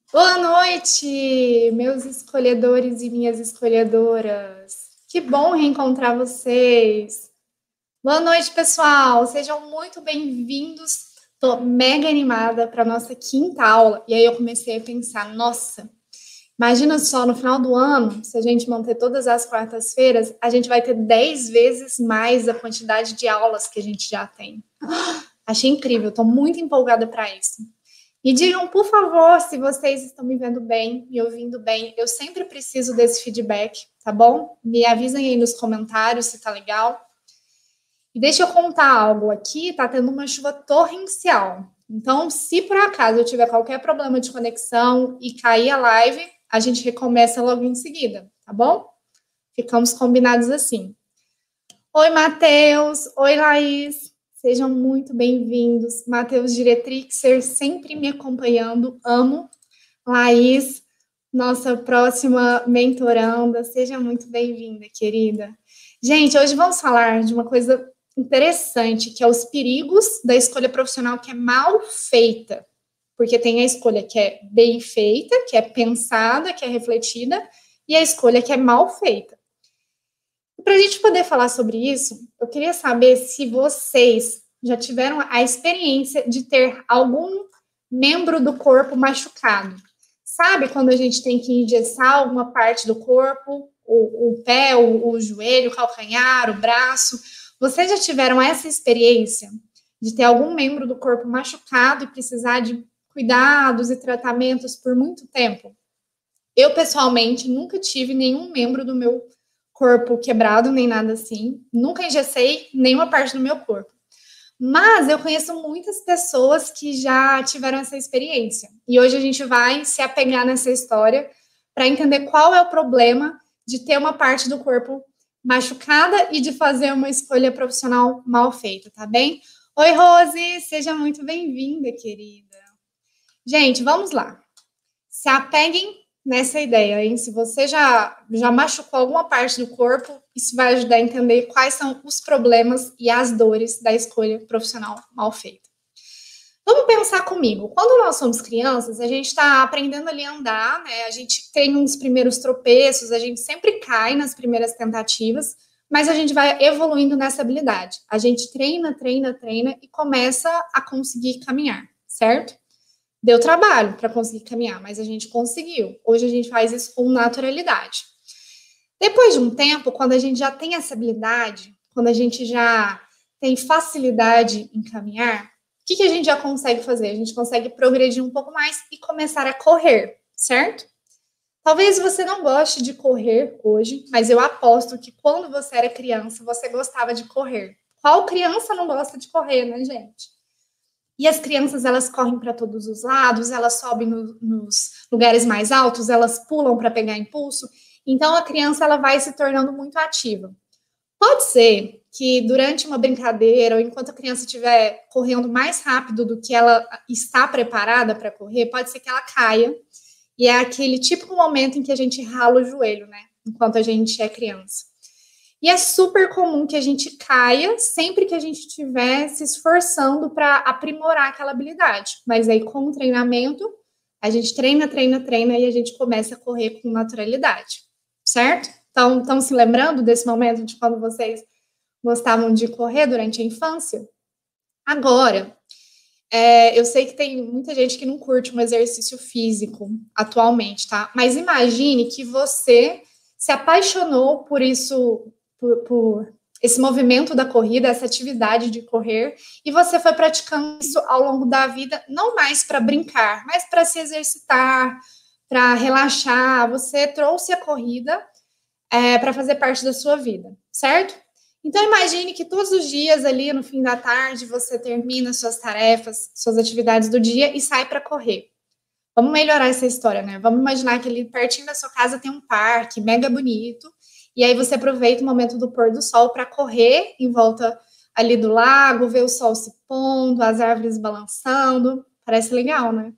Boa noite, meus escolhedores e minhas escolhedoras. Que bom reencontrar vocês. Boa noite, pessoal. Sejam muito bem-vindos. Estou mega animada para a nossa quinta aula. E aí eu comecei a pensar, nossa, imagina só, no final do ano, se a gente manter todas as quartas-feiras, a gente vai ter 10 vezes mais a quantidade de aulas que a gente já tem. Achei incrível, estou muito empolgada para isso. E digam, por favor, se vocês estão me vendo bem, me ouvindo bem. Eu sempre preciso desse feedback, tá bom? Me avisem aí nos comentários se tá legal. E deixa eu contar algo aqui, tá tendo uma chuva torrencial. Então, se por acaso eu tiver qualquer problema de conexão e cair a live, a gente recomeça logo em seguida, tá bom? Ficamos combinados assim. Oi, Matheus. Oi, Laís. Sejam muito bem-vindos. Matheus Diretrixer, sempre me acompanhando. Amo. Laís, nossa próxima mentoranda. Seja muito bem-vinda, querida. Gente, hoje vamos falar de uma coisa interessante, que é os perigos da escolha profissional que é mal feita. Porque tem a escolha que é bem feita, que é pensada, que é refletida, e a escolha que é mal feita. Para a gente poder falar sobre isso, eu queria saber se vocês já tiveram a experiência de ter algum membro do corpo machucado. Sabe quando a gente tem que engessar alguma parte do corpo, o pé, o joelho, o calcanhar, o braço? Vocês já tiveram essa experiência de ter algum membro do corpo machucado e precisar de cuidados e tratamentos por muito tempo? Eu, pessoalmente, nunca tive nenhum membro do meu corpo quebrado, nem nada assim. Nunca engessei nenhuma parte do meu corpo. Mas eu conheço muitas pessoas que já tiveram essa experiência. E hoje a gente vai se apegar nessa história para entender qual é o problema de ter uma parte do corpo machucada e de fazer uma escolha profissional mal feita, tá bem? Oi, Rose, seja muito bem-vinda, querida. Gente, vamos lá. Se apeguem nessa ideia, hein? Se você já machucou alguma parte do corpo, isso vai ajudar a entender quais são os problemas e as dores da escolha profissional mal feita. Vamos pensar comigo. Quando nós somos crianças, a gente está aprendendo ali a andar, né? A gente tem uns primeiros tropeços, a gente sempre cai nas primeiras tentativas, mas a gente vai evoluindo nessa habilidade. A gente treina, treina, treina e começa a conseguir caminhar, certo? Deu trabalho para conseguir caminhar, mas a gente conseguiu. Hoje a gente faz isso com naturalidade. Depois de um tempo, quando a gente já tem essa habilidade, quando a gente já tem facilidade em caminhar, o que a gente já consegue fazer? A gente consegue progredir um pouco mais e começar a correr, certo? Talvez você não goste de correr hoje, mas eu aposto que quando você era criança, você gostava de correr. Qual criança não gosta de correr, né, gente? E as crianças, elas correm para todos os lados, elas sobem nos lugares mais altos, elas pulam para pegar impulso. Então, a criança, ela vai se tornando muito ativa. Pode ser que durante uma brincadeira, ou enquanto a criança estiver correndo mais rápido do que ela está preparada para correr, pode ser que ela caia. E é aquele típico momento em que a gente rala o joelho, né? Enquanto a gente é criança. E é super comum que a gente caia sempre que a gente estiver se esforçando para aprimorar aquela habilidade. Mas aí, com o treinamento, a gente treina, treina, treina e a gente começa a correr com naturalidade, certo? Então, estão se lembrando desse momento de quando vocês gostavam de correr durante a infância? Agora, eu sei que tem muita gente que não curte um exercício físico atualmente, tá? Mas imagine que você se apaixonou por isso, por esse movimento da corrida, essa atividade de correr, e você foi praticando isso ao longo da vida, não mais para brincar, mas para se exercitar, para relaxar. Você trouxe a corrida para fazer parte da sua vida, certo? Então imagine que todos os dias ali no fim da tarde você termina suas tarefas, suas atividades do dia e sai para correr. Vamos melhorar essa história, né? Vamos imaginar que ali pertinho da sua casa tem um parque mega bonito, e aí você aproveita o momento do pôr do sol para correr em volta ali do lago, ver o sol se pondo, as árvores balançando. Parece legal, né?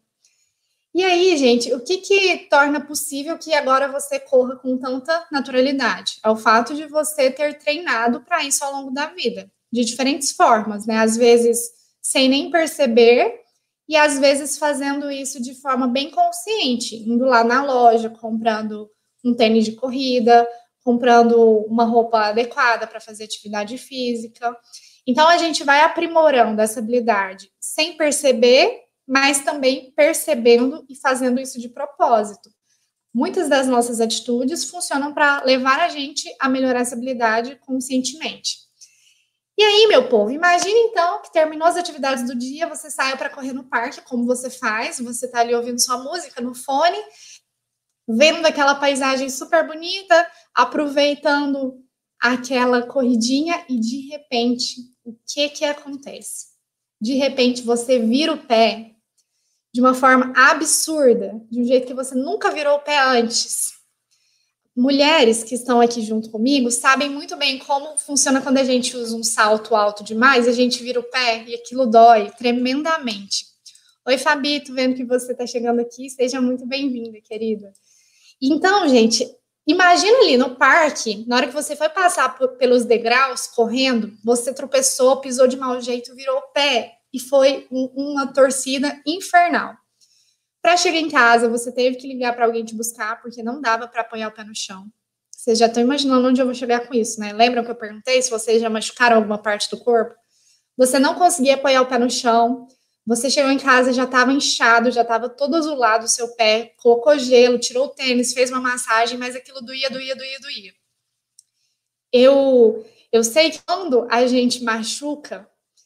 E aí, gente, o que torna possível que agora você corra com tanta naturalidade? É o fato de você ter treinado para isso ao longo da vida, de diferentes formas, né? Às vezes sem nem perceber, e às vezes fazendo isso de forma bem consciente, indo lá na loja, comprando um tênis de corrida, comprando uma roupa adequada para fazer atividade física. Então, a gente vai aprimorando essa habilidade sem perceber, mas também percebendo e fazendo isso de propósito. Muitas das nossas atitudes funcionam para levar a gente a melhorar essa habilidade conscientemente. E aí, meu povo, imagine então que terminou as atividades do dia, você saiu para correr no parque, como você faz, você está ali ouvindo sua música no fone, vendo aquela paisagem super bonita, aproveitando aquela corridinha e de repente, o que acontece? De repente você vira o pé de uma forma absurda, de um jeito que você nunca virou o pé antes. Mulheres que estão aqui junto comigo sabem muito bem como funciona quando a gente usa um salto alto demais, a gente vira o pé e aquilo dói tremendamente. Oi, Fabi, tô vendo que você está chegando aqui, seja muito bem-vinda, querida. Então, gente, imagina ali no parque, na hora que você foi passar pelos degraus correndo, você tropeçou, pisou de mau jeito, virou o pé e foi uma torcida infernal. Para chegar em casa, você teve que ligar para alguém te buscar, porque não dava para apoiar o pé no chão. Vocês já estão imaginando onde eu vou chegar com isso, né? Lembram que eu perguntei se vocês já machucaram alguma parte do corpo? Você não conseguia apoiar o pé no chão, você chegou em casa, já estava inchado, já estava todo azulado o seu pé, colocou gelo, tirou o tênis, fez uma massagem, mas aquilo doía. Eu sei que quando a gente machuca,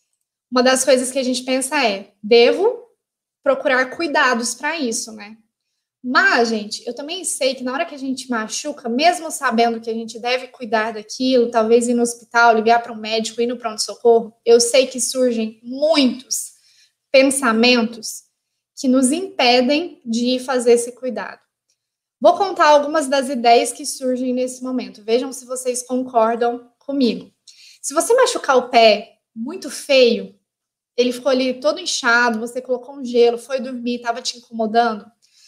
uma das coisas que a gente pensa é, devo procurar cuidados para isso, né? Mas, gente, eu também sei que na hora que a gente machuca, mesmo sabendo que a gente deve cuidar daquilo, talvez ir no hospital, ligar para um médico, ir no pronto-socorro, eu sei que surgem muitos pensamentos que nos impedem de fazer esse cuidado. Vou contar algumas das ideias que surgem nesse momento. Vejam se vocês concordam comigo. Se você machucar o pé muito feio, ele ficou ali todo inchado, você colocou um gelo, foi dormir, estava te incomodando,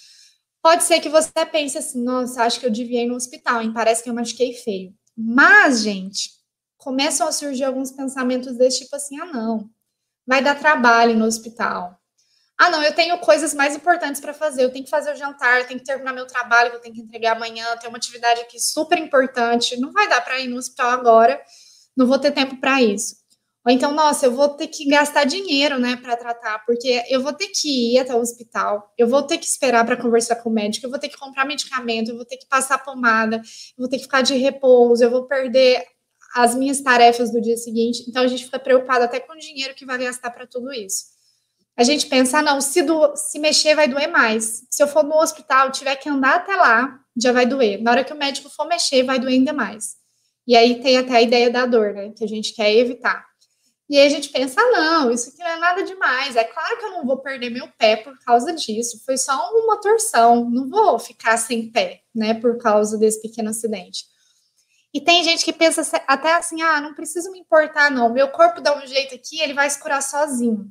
pode ser que você pense assim, nossa, acho que eu devia ir no hospital, hein? Parece que eu machuquei feio. Mas, gente, começam a surgir alguns pensamentos desse tipo assim, ah, não, vai dar trabalho no hospital. Ah, não, eu tenho coisas mais importantes para fazer. Eu tenho que fazer o jantar, eu tenho que terminar meu trabalho, que eu tenho que entregar amanhã, tem uma atividade aqui super importante. Não vai dar para ir no hospital agora, não vou ter tempo para isso. Ou então, nossa, eu vou ter que gastar dinheiro, né, para tratar, porque eu vou ter que ir até o hospital, eu vou ter que esperar para conversar com o médico, eu vou ter que comprar medicamento, eu vou ter que passar pomada, eu vou ter que ficar de repouso, eu vou perder as minhas tarefas do dia seguinte. Então, a gente fica preocupado até com o dinheiro que vai gastar para tudo isso. A gente pensa, não, se mexer vai doer mais. Se eu for no hospital, tiver que andar até lá, já vai doer. Na hora que o médico for mexer, vai doer ainda mais. E aí tem até a ideia da dor, né, que a gente quer evitar. E aí a gente pensa, não, isso aqui não é nada demais. É claro que eu não vou perder meu pé por causa disso. Foi só uma torção. Não vou ficar sem pé, né, por causa desse pequeno acidente. E tem gente que pensa até assim, ah, não preciso me importar, não. Meu corpo dá um jeito aqui, ele vai se curar sozinho.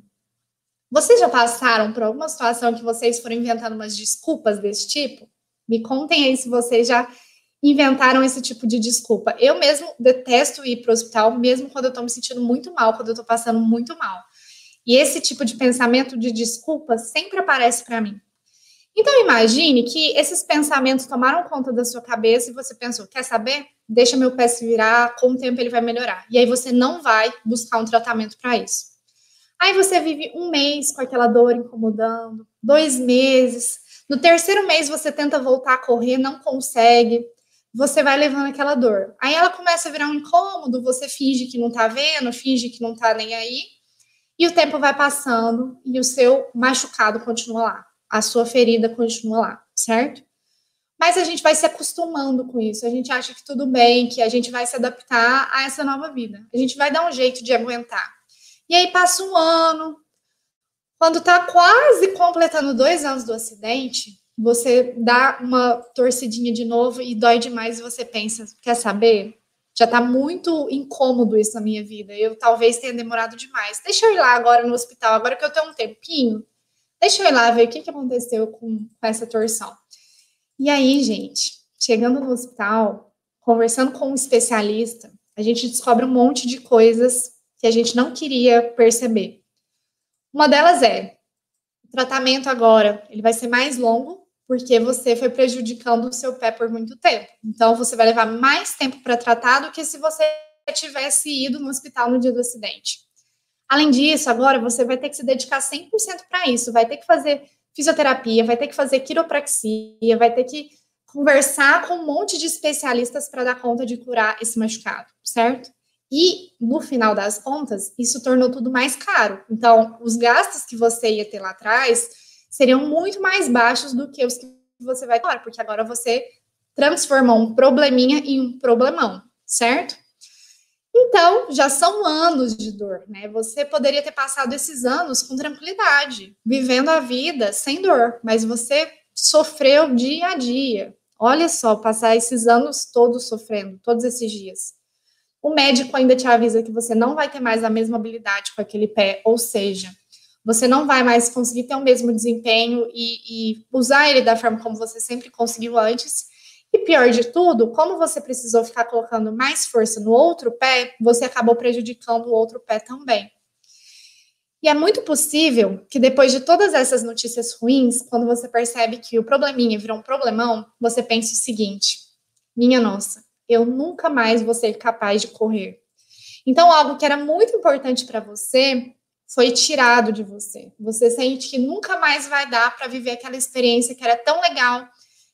Vocês já passaram por alguma situação que vocês foram inventando umas desculpas desse tipo? Me contem aí se vocês já inventaram esse tipo de desculpa. Eu mesmo detesto ir para o hospital, mesmo quando eu estou me sentindo muito mal, quando eu estou passando muito mal. E esse tipo de pensamento de desculpa sempre aparece para mim. Então, imagine que esses pensamentos tomaram conta da sua cabeça e você pensou, quer saber? Deixa meu pé se virar, com o tempo ele vai melhorar. E aí você não vai buscar um tratamento para isso. Aí você vive um mês com aquela dor incomodando, 2 meses. No terceiro mês você tenta voltar a correr, não consegue. Você vai levando aquela dor. Aí ela começa a virar um incômodo, você finge que não tá vendo, finge que não tá nem aí. E o tempo vai passando e o seu machucado continua lá. A sua ferida continua lá, certo? Mas a gente vai se acostumando com isso. A gente acha que tudo bem, que a gente vai se adaptar a essa nova vida. A gente vai dar um jeito de aguentar. E aí passa um ano, quando tá quase completando 2 anos do acidente, você dá uma torcidinha de novo e dói demais e você pensa, quer saber? Já tá muito incômodo isso na minha vida, eu talvez tenha demorado demais. Deixa eu ir lá agora no hospital, agora que eu tenho um tempinho, deixa eu ir lá ver o que aconteceu com essa torção. E aí, gente, chegando no hospital, conversando com um especialista, a gente descobre um monte de coisas que a gente não queria perceber. Uma delas é, O tratamento agora, ele vai ser mais longo, porque você foi prejudicando o seu pé por muito tempo. Então, você vai levar mais tempo para tratar do que se você tivesse ido no hospital no dia do acidente. Além disso, agora você vai ter que se dedicar 100% para isso, vai ter que fazer fisioterapia, vai ter que fazer quiropraxia, vai ter que conversar com um monte de especialistas para dar conta de curar esse machucado, certo? E, no final das contas, isso tornou tudo mais caro. Então, os gastos que você ia ter lá atrás seriam muito mais baixos do que os que você vai ter agora, porque agora você transformou um probleminha em um problemão, certo? Então, já são anos de dor, né? Você poderia ter passado esses anos com tranquilidade, vivendo a vida sem dor, mas você sofreu dia a dia. Olha só, passar esses anos todos sofrendo, todos esses dias. O médico ainda te avisa que você não vai ter mais a mesma habilidade com aquele pé, ou seja, você não vai mais conseguir ter o mesmo desempenho e usar ele da forma como você sempre conseguiu antes. E pior de tudo, como você precisou ficar colocando mais força no outro pé, você acabou prejudicando o outro pé também. E é muito possível que depois de todas essas notícias ruins, quando você percebe que o probleminha virou um problemão, você pense o seguinte: minha nossa, eu nunca mais vou ser capaz de correr. Então, algo que era muito importante para você foi tirado de você. Você sente que nunca mais vai dar para viver aquela experiência que era tão legal,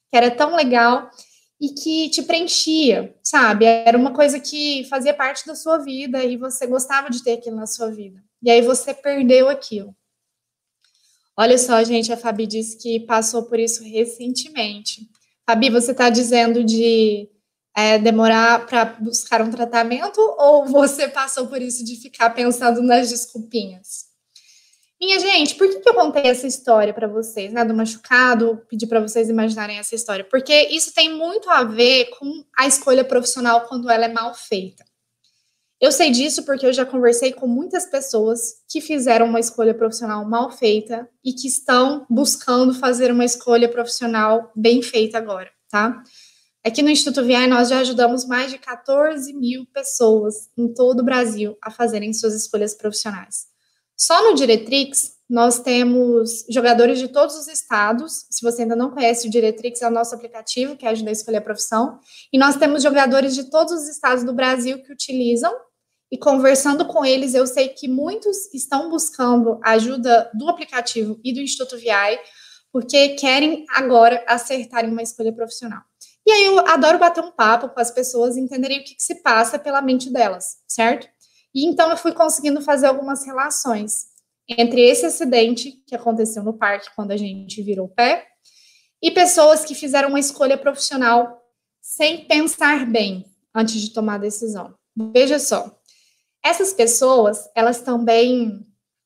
e que te preenchia, sabe? Era uma coisa que fazia parte da sua vida e você gostava de ter aquilo na sua vida. E aí você perdeu aquilo. Olha só, gente, a Fabi disse que passou por isso recentemente. Fabi, você está dizendo de demorar para buscar um tratamento ou você passou por isso de ficar pensando nas desculpinhas? Minha gente, por que eu contei essa história para vocês, né, do machucado, pedi para vocês imaginarem essa história? Porque isso tem muito a ver com a escolha profissional quando ela é mal feita. Eu sei disso porque eu já conversei com muitas pessoas que fizeram uma escolha profissional mal feita e que estão buscando fazer uma escolha profissional bem feita agora, tá? Aqui no Instituto VI nós já ajudamos mais de 14 mil pessoas em todo o Brasil a fazerem suas escolhas profissionais. Só no Diretrix, nós temos jogadores de todos os estados. Se você ainda não conhece o Diretrix, é o nosso aplicativo que ajuda a escolher a profissão. E nós temos jogadores de todos os estados do Brasil que utilizam. E conversando com eles, eu sei que muitos estão buscando a ajuda do aplicativo e do Instituto VI, porque querem agora acertarem uma escolha profissional. E aí eu adoro bater um papo com as pessoas e entenderem o que se passa pela mente delas, certo? E então eu fui conseguindo fazer algumas relações entre esse acidente que aconteceu no parque quando a gente virou o pé e pessoas que fizeram uma escolha profissional sem pensar bem antes de tomar a decisão. Veja só, essas pessoas, elas também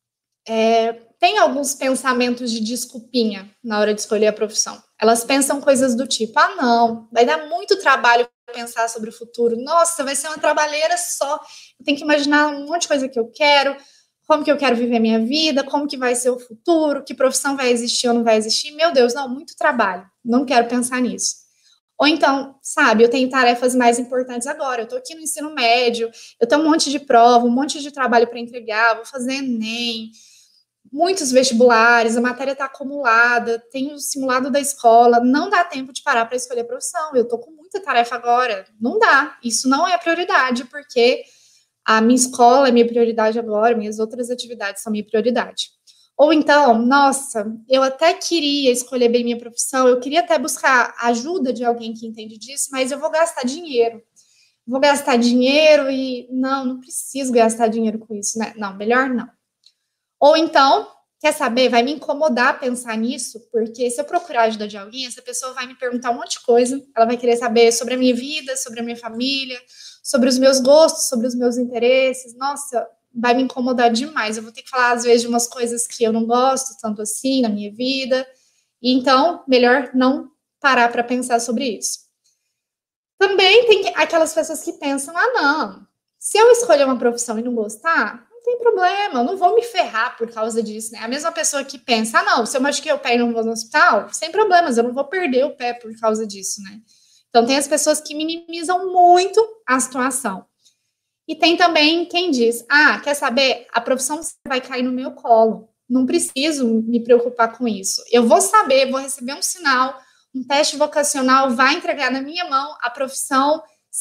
têm alguns pensamentos de desculpinha na hora de escolher a profissão. Elas pensam coisas do tipo, ah, não, vai dar muito trabalho pensar sobre o futuro. Nossa, vai ser uma trabalheira só. Eu tenho que imaginar um monte de coisa que eu quero, como que eu quero viver minha vida, como que vai ser o futuro, que profissão vai existir ou não vai existir. Meu Deus, não, muito trabalho. Não quero pensar nisso. Ou então, sabe, eu tenho tarefas mais importantes agora. Eu tô aqui no ensino médio, eu tenho um monte de prova, um monte de trabalho para entregar, vou fazer ENEM, muitos vestibulares, a matéria está acumulada, tem o simulado da escola, não dá tempo de parar para escolher a profissão, eu estou com muita tarefa agora, não dá, isso não é prioridade, porque a minha escola é minha prioridade agora, minhas outras atividades são minha prioridade. Ou então, nossa, eu até queria escolher bem minha profissão, eu queria até buscar ajuda de alguém que entende disso, mas eu vou gastar dinheiro. Vou gastar dinheiro e não preciso gastar dinheiro com isso, né? Não, melhor não. Ou então, quer saber, vai me incomodar pensar nisso, porque se eu procurar a ajuda de alguém, essa pessoa vai me perguntar um monte de coisa, ela vai querer saber sobre a minha vida, sobre a minha família, sobre os meus gostos, sobre os meus interesses. Nossa, vai me incomodar demais. Eu vou ter que falar, às vezes, de umas coisas que eu não gosto tanto assim na minha vida. E então, melhor não parar para pensar sobre isso. Também tem aquelas pessoas que pensam, ah, não, se eu escolher uma profissão e não gostar, não tem problema, eu não vou me ferrar por causa disso, né? A mesma pessoa que pensa, ah, não, se eu machuquei o pé e não vou no hospital, sem problemas, eu não vou perder o pé por causa disso, né? Então, tem as pessoas que minimizam muito a situação. E tem também quem diz, ah, quer saber? A profissão vai cair no meu colo. não preciso me preocupar com isso. Eu vou saber, vou receber um sinal, um teste vocacional vai entregar na minha mão a profissão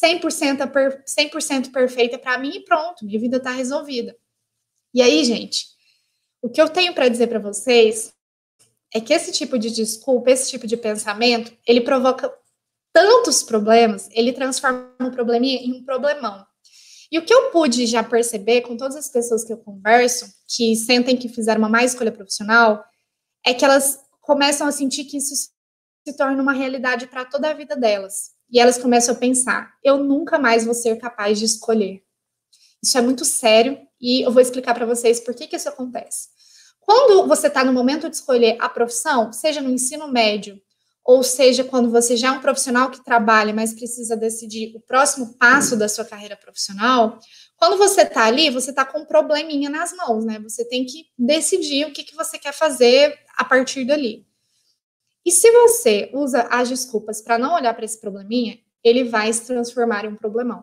100% perfeita para mim e pronto, minha vida está resolvida. E aí, gente, o que eu tenho para dizer para vocês é que esse tipo de desculpa, esse tipo de pensamento, ele provoca tantos problemas, ele transforma um probleminha em um problemão. E o que eu pude já perceber com todas as pessoas que eu converso, que sentem que fizeram uma má escolha profissional, é que elas começam a sentir que isso se torna uma realidade para toda a vida delas. E elas começam a pensar, eu nunca mais vou ser capaz de escolher. Isso é muito sério e eu vou explicar para vocês por que isso acontece. Quando você está no momento de escolher a profissão, seja no ensino médio, ou seja, quando você já é um profissional que trabalha, mas precisa decidir o próximo passo da sua carreira profissional, quando você está ali, você está com um probleminha nas mãos, né? Você tem que decidir o que você quer fazer a partir dali. E se você usa as desculpas para não olhar para esse probleminha, ele vai se transformar em um problemão.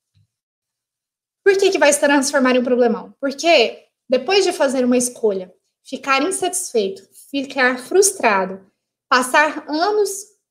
Por que vai se transformar em um problemão? Porque depois de fazer uma escolha, ficar insatisfeito, ficar frustrado, passar anos,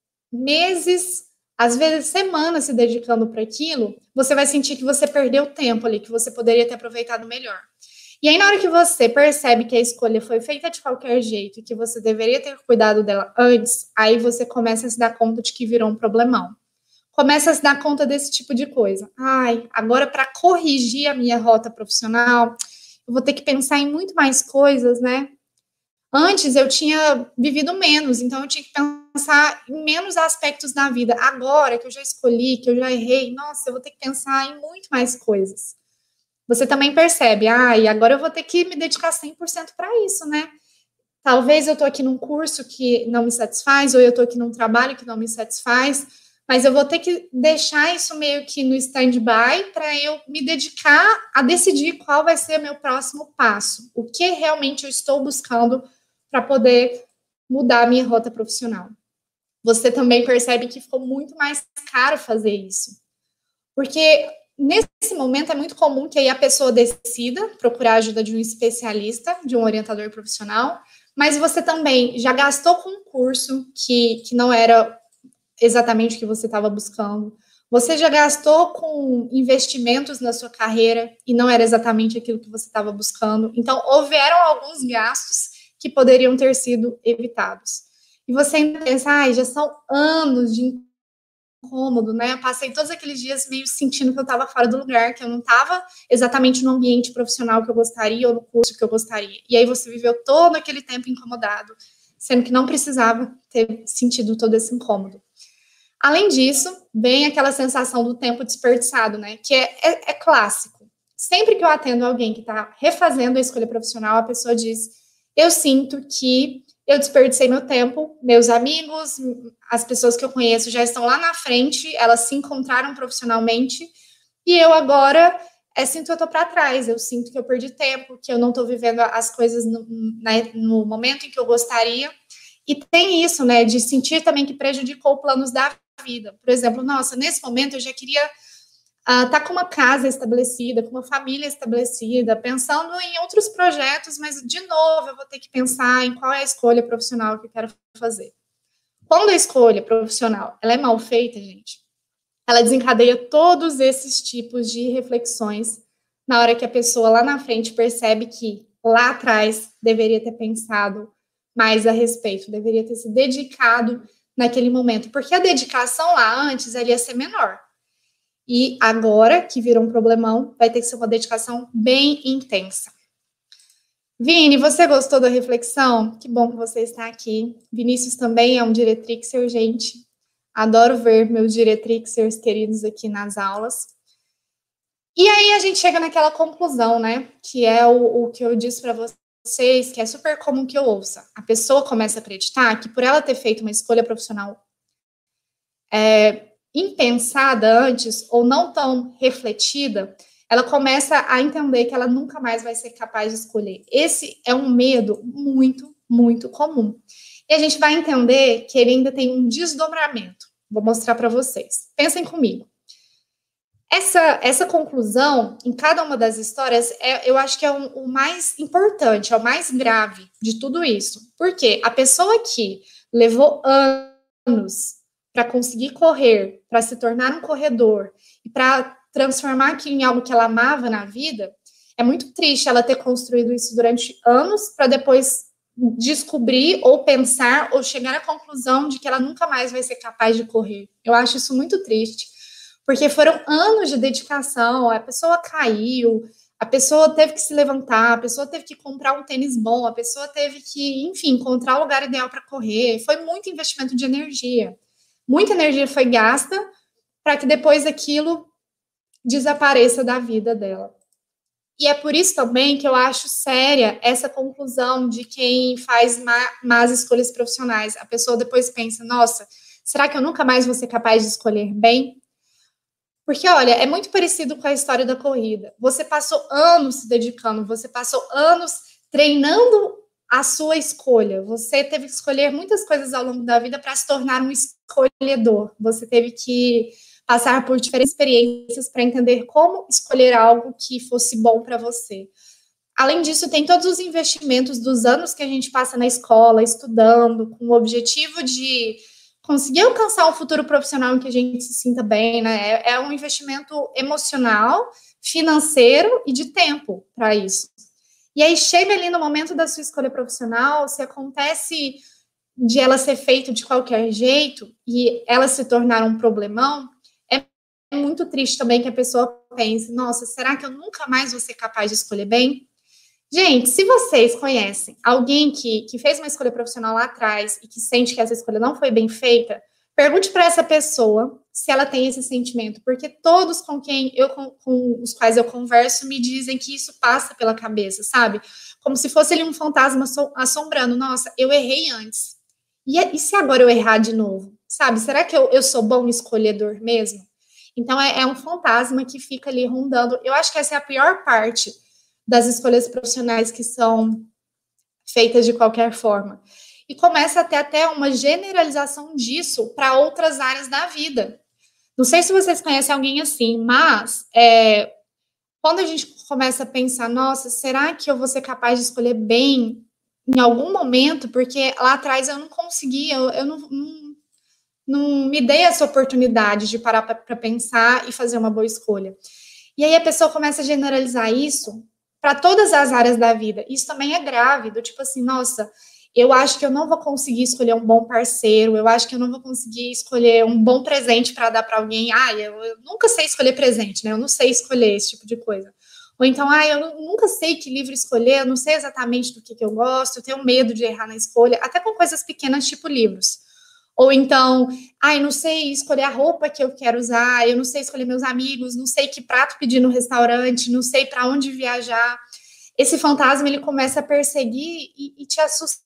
meses, às vezes semanas se dedicando para aquilo, você vai sentir que você perdeu tempo ali, que você poderia ter aproveitado melhor. E aí, na hora que você percebe que a escolha foi feita de qualquer jeito e que você deveria ter cuidado dela antes, aí você começa a se dar conta de que virou um problemão. Começa a se dar conta desse tipo de coisa. Ai, agora para corrigir a minha rota profissional, eu vou ter que pensar em muito mais coisas, né? Antes eu tinha vivido menos, então eu tinha que pensar em menos aspectos da vida. Agora que eu já escolhi, que eu já errei, nossa, eu vou ter que pensar em muito mais coisas. Você também percebe, e agora eu vou ter que me dedicar 100% para isso, né? Talvez eu estou aqui num curso que não me satisfaz, ou eu estou aqui num trabalho que não me satisfaz, mas eu vou ter que deixar isso meio que no stand-by para eu me dedicar a decidir qual vai ser meu próximo passo, o que realmente eu estou buscando para poder mudar a minha rota profissional. Você também percebe que ficou muito mais caro fazer isso, porque nesse momento é muito comum que aí a pessoa decida procurar a ajuda de um especialista, de um orientador profissional, mas você também já gastou com um curso que não era exatamente o que você estava buscando. Você já gastou com investimentos na sua carreira e não era exatamente aquilo que você estava buscando. Então, houveram alguns gastos que poderiam ter sido evitados. E você ainda pensa, já são anos de incômodo, né? Eu passei todos aqueles dias meio sentindo que eu estava fora do lugar, que eu não estava exatamente no ambiente profissional que eu gostaria ou no curso que eu gostaria. E aí você viveu todo aquele tempo incomodado, sendo que não precisava ter sentido todo esse incômodo. Além disso, vem aquela sensação do tempo desperdiçado, né? Que é clássico. Sempre que eu atendo alguém que está refazendo a escolha profissional, a pessoa diz: eu sinto que eu desperdicei meu tempo, meus amigos, as pessoas que eu conheço já estão lá na frente, elas se encontraram profissionalmente, e eu agora sinto que eu estou para trás, eu sinto que eu perdi tempo, que eu não estou vivendo as coisas no momento em que eu gostaria. E tem isso, né, de sentir também que prejudicou planos da vida. Por exemplo, nossa, nesse momento eu já queria estar com uma casa estabelecida, com uma família estabelecida, pensando em outros projetos, mas, de novo, eu vou ter que pensar em qual é a escolha profissional que eu quero fazer. Quando a escolha profissional ela é mal feita, gente, ela desencadeia todos esses tipos de reflexões na hora que a pessoa lá na frente percebe que lá atrás deveria ter pensado mais a respeito, deveria ter se dedicado naquele momento, porque a dedicação lá antes ela ia ser menor. E agora, que virou um problemão, vai ter que ser uma dedicação bem intensa. Vini, você gostou da reflexão? Que bom que você está aqui. Vinícius também é um diretrixer, gente. Adoro ver meus diretrixers queridos aqui nas aulas. E aí a gente chega naquela conclusão, né? Que é o que eu disse para vocês, que é super comum que eu ouça. A pessoa começa a acreditar que por ela ter feito uma escolha profissional impensada antes, ou não tão refletida, ela começa a entender que ela nunca mais vai ser capaz de escolher. Esse é um medo muito, muito comum. E a gente vai entender que ele ainda tem um desdobramento. Vou mostrar para vocês. Pensem comigo. Essa conclusão, em cada uma das histórias, eu acho que é o mais importante, é o mais grave de tudo isso. Porque a pessoa que levou anos para conseguir correr, para se tornar um corredor, e para transformar aquilo em algo que ela amava na vida, é muito triste ela ter construído isso durante anos para depois descobrir ou pensar ou chegar à conclusão de que ela nunca mais vai ser capaz de correr. Eu acho isso muito triste. Porque foram anos de dedicação, a pessoa caiu, a pessoa teve que se levantar, a pessoa teve que comprar um tênis bom, a pessoa teve que, enfim, encontrar o lugar ideal para correr. Foi muito investimento de energia. Muita energia foi gasta para que depois aquilo desapareça da vida dela. E é por isso também que eu acho séria essa conclusão de quem faz más escolhas profissionais. A pessoa depois pensa, nossa, será que eu nunca mais vou ser capaz de escolher bem? Porque, olha, é muito parecido com a história da corrida. Você passou anos se dedicando, você passou anos treinando a sua escolha. Você teve que escolher muitas coisas ao longo da vida para se tornar um escolhedor. Você teve que passar por diferentes experiências para entender como escolher algo que fosse bom para você. Além disso, tem todos os investimentos dos anos que a gente passa na escola, estudando, com o objetivo de conseguir alcançar um futuro profissional em que a gente se sinta bem, né? É um investimento emocional, financeiro e de tempo para isso. E aí chega ali no momento da sua escolha profissional, se acontece de ela ser feita de qualquer jeito e ela se tornar um problemão, é muito triste também que a pessoa pense, nossa, será que eu nunca mais vou ser capaz de escolher bem? Gente, se vocês conhecem alguém que fez uma escolha profissional lá atrás e que sente que essa escolha não foi bem feita, pergunte para essa pessoa se ela tem esse sentimento, porque todos com os quais eu converso me dizem que isso passa pela cabeça, sabe? Como se fosse ali um fantasma assombrando. Nossa, eu errei antes. E se agora eu errar de novo? Sabe? Será que eu sou bom escolhedor mesmo? Então é um fantasma que fica ali rondando. Eu acho que essa é a pior parte das escolhas profissionais que são feitas de qualquer forma. E começa a ter até uma generalização disso para outras áreas da vida. Não sei se vocês conhecem alguém assim, mas quando a gente começa a pensar, nossa, será que eu vou ser capaz de escolher bem em algum momento? Porque lá atrás eu não conseguia, eu não me dei essa oportunidade de parar para pensar e fazer uma boa escolha. E aí a pessoa começa a generalizar isso para todas as áreas da vida. Isso também é grave, do tipo assim, nossa, eu acho que eu não vou conseguir escolher um bom parceiro, eu acho que eu não vou conseguir escolher um bom presente para dar para alguém. Eu nunca sei escolher presente, né? Eu não sei escolher esse tipo de coisa. Ou então, eu nunca sei que livro escolher, eu não sei exatamente do que eu gosto, eu tenho medo de errar na escolha, até com coisas pequenas, tipo livros. Ou então, não sei escolher a roupa que eu quero usar, eu não sei escolher meus amigos, não sei que prato pedir no restaurante, não sei para onde viajar. Esse fantasma, ele começa a perseguir e te assustar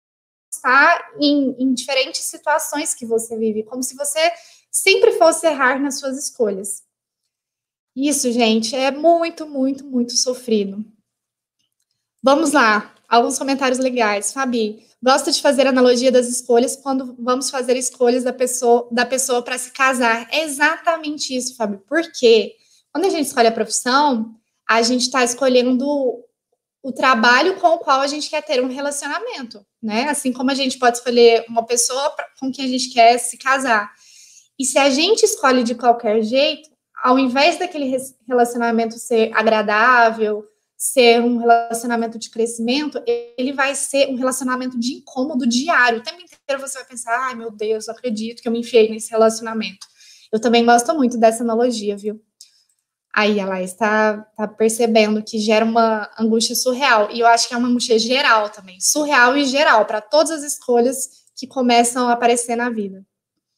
em diferentes situações que você vive, como se você sempre fosse errar nas suas escolhas. Isso, gente, é muito, muito, muito sofrido. Vamos lá, alguns comentários legais. Fabi, gosto de fazer analogia das escolhas quando vamos fazer escolhas da pessoa para se casar. É exatamente isso, Fabi. Porque quando a gente escolhe a profissão, a gente está escolhendo o trabalho com o qual a gente quer ter um relacionamento, né? Assim como a gente pode escolher uma pessoa com quem a gente quer se casar. E se a gente escolhe de qualquer jeito, ao invés daquele relacionamento ser agradável, ser um relacionamento de crescimento, ele vai ser um relacionamento de incômodo diário. O tempo inteiro você vai pensar, ai meu Deus, não acredito que eu me enfiei nesse relacionamento. Eu também gosto muito dessa analogia, viu? Aí ela está percebendo que gera uma angústia surreal. E eu acho que é uma angústia geral também. Surreal e geral, para todas as escolhas que começam a aparecer na vida.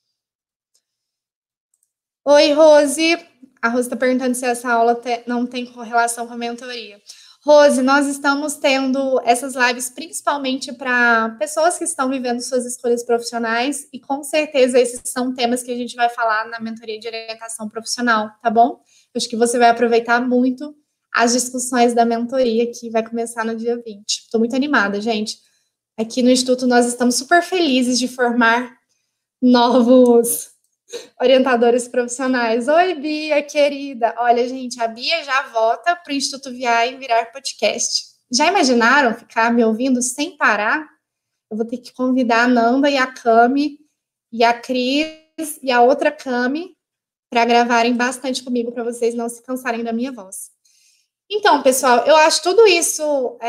Oi, Rose. A Rose está perguntando se essa aula não tem correlação com a mentoria. Rose, nós estamos tendo essas lives principalmente para pessoas que estão vivendo suas escolhas profissionais e com certeza esses são temas que a gente vai falar na mentoria de orientação profissional, tá bom? Acho que você vai aproveitar muito as discussões da mentoria que vai começar no dia 20. Estou muito animada, gente. Aqui no Instituto nós estamos super felizes de formar novos Orientadores profissionais. Oi, Bia, querida. Olha, gente, a Bia já vota para o Instituto VI virar podcast. Já imaginaram ficar me ouvindo sem parar? Eu vou ter que convidar a Nanda e a Cami e a Cris e a outra Cami para gravarem bastante comigo, para vocês não se cansarem da minha voz. Então, pessoal, eu acho tudo isso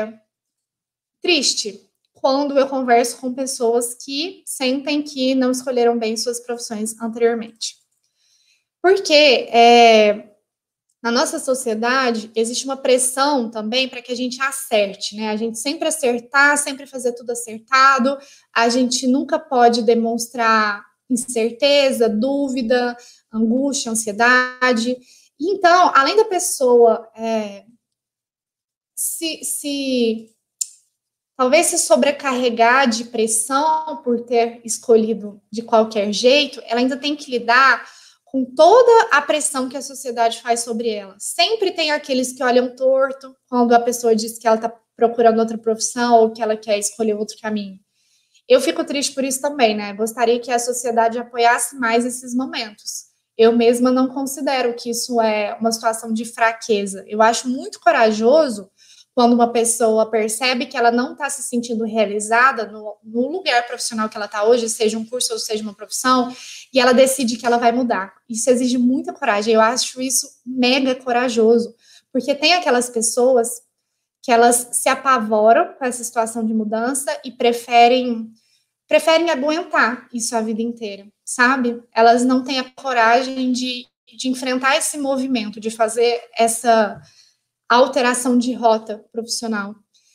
triste quando eu converso com pessoas que sentem que não escolheram bem suas profissões anteriormente. Porque na nossa sociedade existe uma pressão também para que a gente acerte, né? A gente sempre acertar, sempre fazer tudo acertado, a gente nunca pode demonstrar incerteza, dúvida, angústia, ansiedade. Então, além da pessoa talvez se sobrecarregar de pressão por ter escolhido de qualquer jeito, ela ainda tem que lidar com toda a pressão que a sociedade faz sobre ela. Sempre tem aqueles que olham torto quando a pessoa diz que ela está procurando outra profissão ou que ela quer escolher outro caminho. Eu fico triste por isso também, né? Gostaria que a sociedade apoiasse mais esses momentos. Eu mesma não considero que isso é uma situação de fraqueza. Eu acho muito corajoso quando uma pessoa percebe que ela não está se sentindo realizada no lugar profissional que ela está hoje, seja um curso ou seja uma profissão, e ela decide que ela vai mudar. Isso exige muita coragem. Eu acho isso mega corajoso, porque tem aquelas pessoas que elas se apavoram com essa situação de mudança e preferem aguentar isso a vida inteira, sabe? Elas não têm a coragem de enfrentar esse movimento, de fazer essa alteração de rota profissional.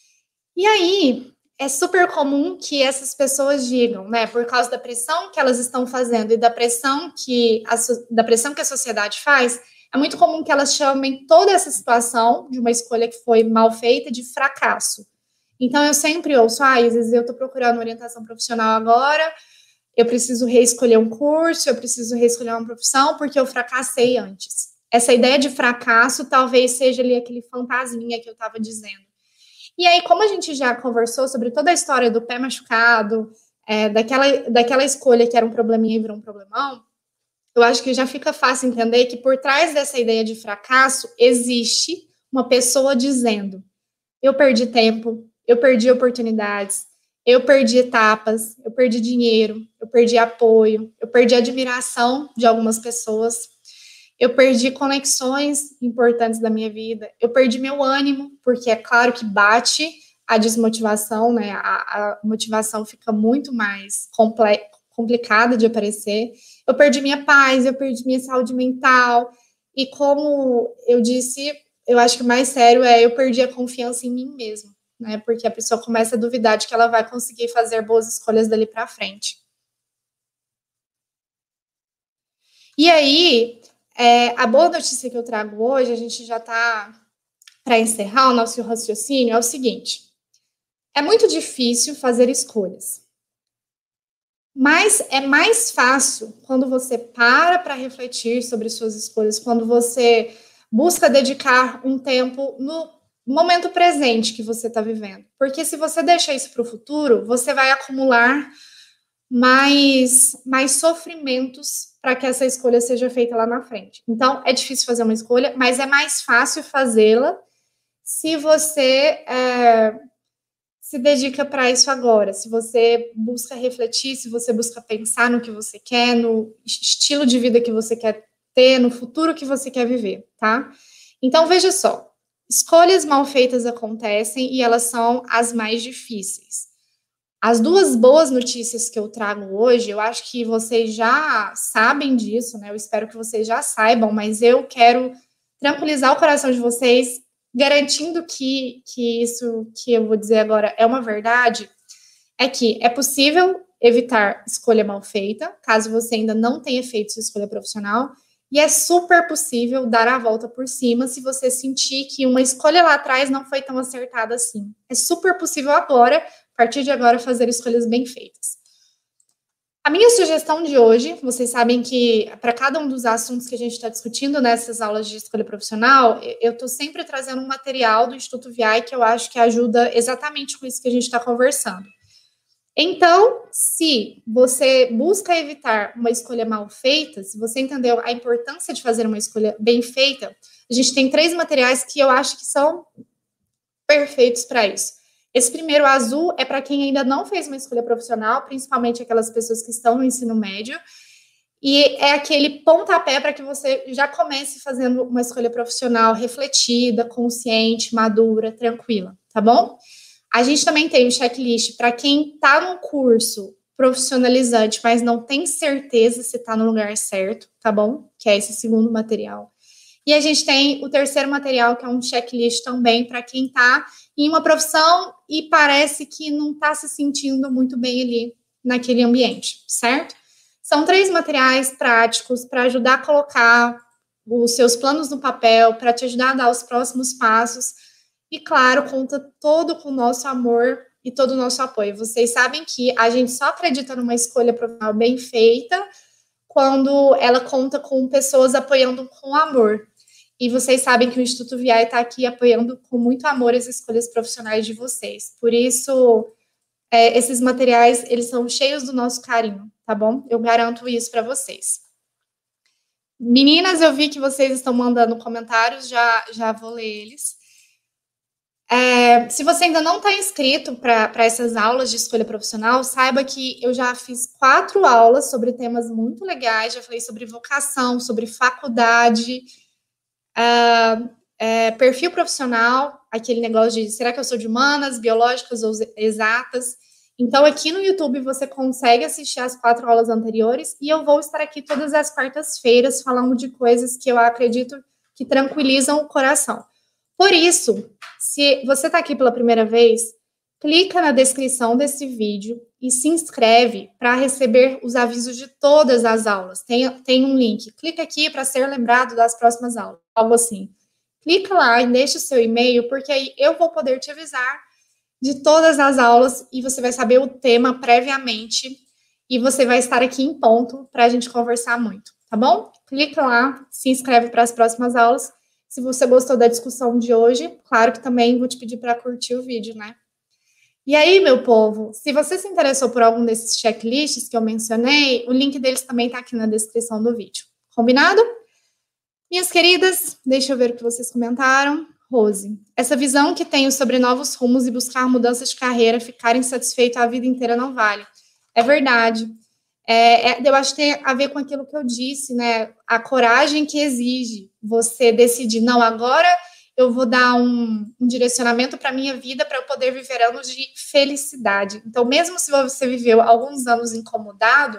E aí, é super comum que essas pessoas digam, né, por causa da pressão que elas estão fazendo e da pressão que a sociedade faz, é muito comum que elas chamem toda essa situação de uma escolha que foi mal feita de fracasso. Então, eu sempre ouço, às vezes eu estou procurando orientação profissional agora, eu preciso reescolher um curso, eu preciso reescolher uma profissão porque eu fracassei antes. Essa ideia de fracasso talvez seja ali aquele fantasminha que eu estava dizendo. E aí, como a gente já conversou sobre toda a história do pé machucado, daquela escolha que era um probleminha e virou um problemão, eu acho que já fica fácil entender que por trás dessa ideia de fracasso existe uma pessoa dizendo: eu perdi tempo, eu perdi oportunidades, eu perdi etapas, eu perdi dinheiro, eu perdi apoio, eu perdi admiração de algumas pessoas, eu perdi conexões importantes da minha vida, eu perdi meu ânimo, porque é claro que bate a desmotivação, né? A motivação fica muito mais complicada de aparecer. Eu perdi minha paz, eu perdi minha saúde mental, e como eu disse, eu acho que o mais sério é eu perdi a confiança em mim mesma, né? Porque a pessoa começa a duvidar de que ela vai conseguir fazer boas escolhas dali para frente. E aí, a boa notícia que eu trago hoje, a gente já está para encerrar o nosso raciocínio, é o seguinte: é muito difícil fazer escolhas, mas é mais fácil quando você para refletir sobre suas escolhas, quando você busca dedicar um tempo no momento presente que você está vivendo. Porque se você deixar isso para o futuro, você vai acumular mais sofrimentos para que essa escolha seja feita lá na frente. Então, é difícil fazer uma escolha, mas é mais fácil fazê-la se você se dedica para isso agora, se você busca refletir, se você busca pensar no que você quer, no estilo de vida que você quer ter, no futuro que você quer viver, tá? Então, veja só, escolhas mal feitas acontecem e elas são as mais difíceis. As duas boas notícias que eu trago hoje, eu acho que vocês já sabem disso, né? Eu espero que vocês já saibam, mas eu quero tranquilizar o coração de vocês, garantindo que isso que eu vou dizer agora é uma verdade, é que é possível evitar escolha mal feita, caso você ainda não tenha feito sua escolha profissional, e é super possível dar a volta por cima se você sentir que uma escolha lá atrás não foi tão acertada assim. É super possível agora, a partir de agora, fazer escolhas bem feitas. A minha sugestão de hoje, vocês sabem que para cada um dos assuntos que a gente está discutindo nessas aulas de escolha profissional, eu estou sempre trazendo um material do Instituto VI que eu acho que ajuda exatamente com isso que a gente está conversando. Então, se você busca evitar uma escolha mal feita, se você entendeu a importância de fazer uma escolha bem feita, a gente tem 3 materiais que eu acho que são perfeitos para isso. Esse primeiro azul é para quem ainda não fez uma escolha profissional, principalmente aquelas pessoas que estão no ensino médio, e é aquele pontapé para que você já comece fazendo uma escolha profissional refletida, consciente, madura, tranquila, tá bom? A gente também tem o checklist para quem está no curso profissionalizante, mas não tem certeza se está no lugar certo, tá bom? Que é esse segundo material. E a gente tem o terceiro material, que é um checklist também para quem está em uma profissão e parece que não está se sentindo muito bem ali naquele ambiente, certo? São 3 materiais práticos para ajudar a colocar os seus planos no papel, para te ajudar a dar os próximos passos. E, claro, conta todo com o nosso amor e todo o nosso apoio. Vocês sabem que a gente só acredita numa escolha profissional bem feita quando ela conta com pessoas apoiando com amor. E vocês sabem que o Instituto VI está aqui apoiando com muito amor as escolhas profissionais de vocês. Por isso, esses materiais, eles são cheios do nosso carinho, tá bom? Eu garanto isso para vocês. Meninas, eu vi que vocês estão mandando comentários, já vou ler eles. Se você ainda não está inscrito para essas aulas de escolha profissional, saiba que eu já fiz 4 aulas sobre temas muito legais, já falei sobre vocação, sobre faculdade, perfil profissional, aquele negócio de será que eu sou de humanas, biológicas ou exatas. Então, aqui no YouTube você consegue assistir as 4 aulas anteriores e eu vou estar aqui todas as quartas-feiras falando de coisas que eu acredito que tranquilizam o coração. Por isso, se você está aqui pela primeira vez, clica na descrição desse vídeo e se inscreve para receber os avisos de todas as aulas. Tem um link. Clica aqui para ser lembrado das próximas aulas, algo assim. Clica lá e deixa o seu e-mail, porque aí eu vou poder te avisar de todas as aulas e você vai saber o tema previamente e você vai estar aqui em ponto para a gente conversar muito, tá bom? Clica lá, se inscreve para as próximas aulas. Se você gostou da discussão de hoje, claro que também vou te pedir para curtir o vídeo, né? E aí, meu povo, se você se interessou por algum desses checklists que eu mencionei, o link deles também está aqui na descrição do vídeo. Combinado? Minhas queridas, deixa eu ver o que vocês comentaram. Rose, essa visão que tenho sobre novos rumos e buscar mudanças de carreira, ficar insatisfeito a vida inteira não vale. É verdade. Eu acho que tem a ver com aquilo que eu disse, né? A coragem que exige você decidir, não, agora eu vou dar um direcionamento para a minha vida para eu poder viver anos de felicidade. Então, mesmo se você viveu alguns anos incomodado,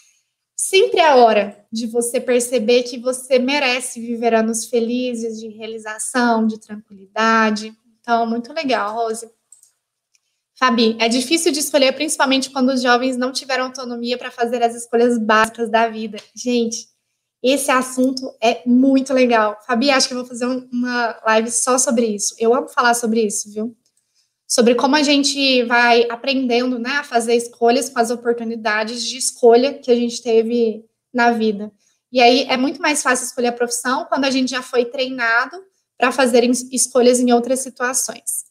sempre é hora de você perceber que você merece viver anos felizes, de realização, de tranquilidade. Então, muito legal, Rose. Fabi, é difícil de escolher, principalmente quando os jovens não tiveram autonomia para fazer as escolhas básicas da vida. Gente, esse assunto é muito legal. Fabi, acho que eu vou fazer uma live só sobre isso. Eu amo falar sobre isso, viu? Sobre como a gente vai aprendendo, né, a fazer escolhas com as oportunidades de escolha que a gente teve na vida. E aí é muito mais fácil escolher a profissão quando a gente já foi treinado para fazer escolhas em outras situações.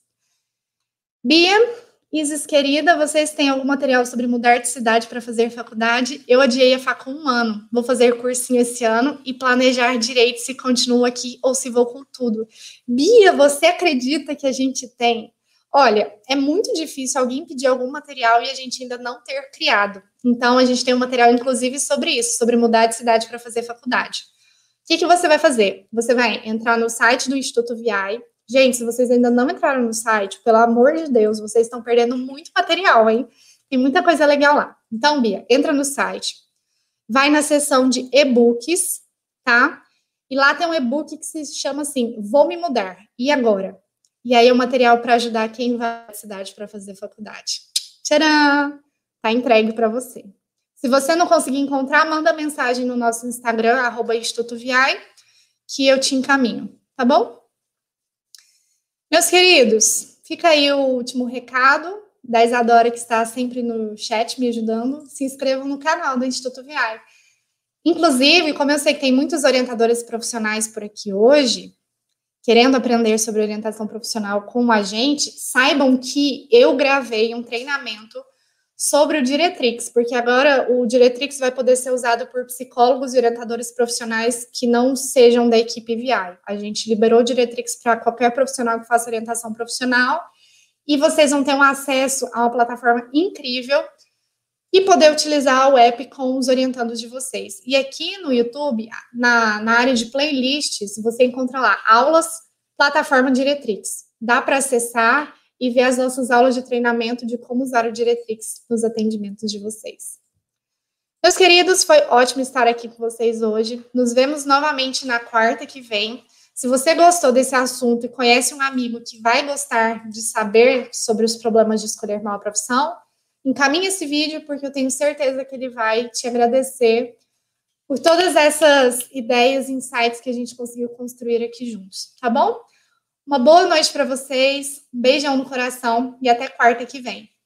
Bia, Isis, querida, vocês têm algum material sobre mudar de cidade para fazer faculdade? Eu adiei a facu 1 ano. Vou fazer cursinho esse ano e planejar direito se continuo aqui ou se vou com tudo. Bia, você acredita que a gente tem? Olha, é muito difícil alguém pedir algum material e a gente ainda não ter criado. Então, a gente tem um material, inclusive, sobre isso, sobre mudar de cidade para fazer faculdade. O que você vai fazer? Você vai entrar no site do Instituto VI. Gente, se vocês ainda não entraram no site, pelo amor de Deus, vocês estão perdendo muito material, hein? Tem muita coisa legal lá. Então, Bia, entra no site, vai na seção de e-books, tá? E lá tem um e-book que se chama assim, Vou Me Mudar, e agora? E aí é um material para ajudar quem vai à cidade para fazer faculdade. Tcharam! Tá entregue para você. Se você não conseguir encontrar, manda mensagem no nosso Instagram, @InstitutoVI, que eu te encaminho, tá bom? Meus queridos, fica aí o último recado da Isadora, que está sempre no chat me ajudando. Se inscrevam no canal do Instituto VI. Inclusive, como eu sei que tem muitos orientadores profissionais por aqui hoje, querendo aprender sobre orientação profissional com a gente, saibam que eu gravei um treinamento sobre o Diretrix, porque agora o Diretrix vai poder ser usado por psicólogos e orientadores profissionais que não sejam da equipe VI. A gente liberou o Diretrix para qualquer profissional que faça orientação profissional e vocês vão ter um acesso a uma plataforma incrível e poder utilizar o app com os orientandos de vocês. E aqui no YouTube, na área de playlists, você encontra lá aulas, plataforma Diretrix. Dá para acessar e ver as nossas aulas de treinamento de como usar o Diretrix nos atendimentos de vocês. Meus queridos, foi ótimo estar aqui com vocês hoje. Nos vemos novamente na quarta que vem. Se você gostou desse assunto e conhece um amigo que vai gostar de saber sobre os problemas de escolher mal a profissão, encaminhe esse vídeo, porque eu tenho certeza que ele vai te agradecer por todas essas ideias e insights que a gente conseguiu construir aqui juntos, tá bom? Uma boa noite para vocês, um beijão no coração e até quarta que vem.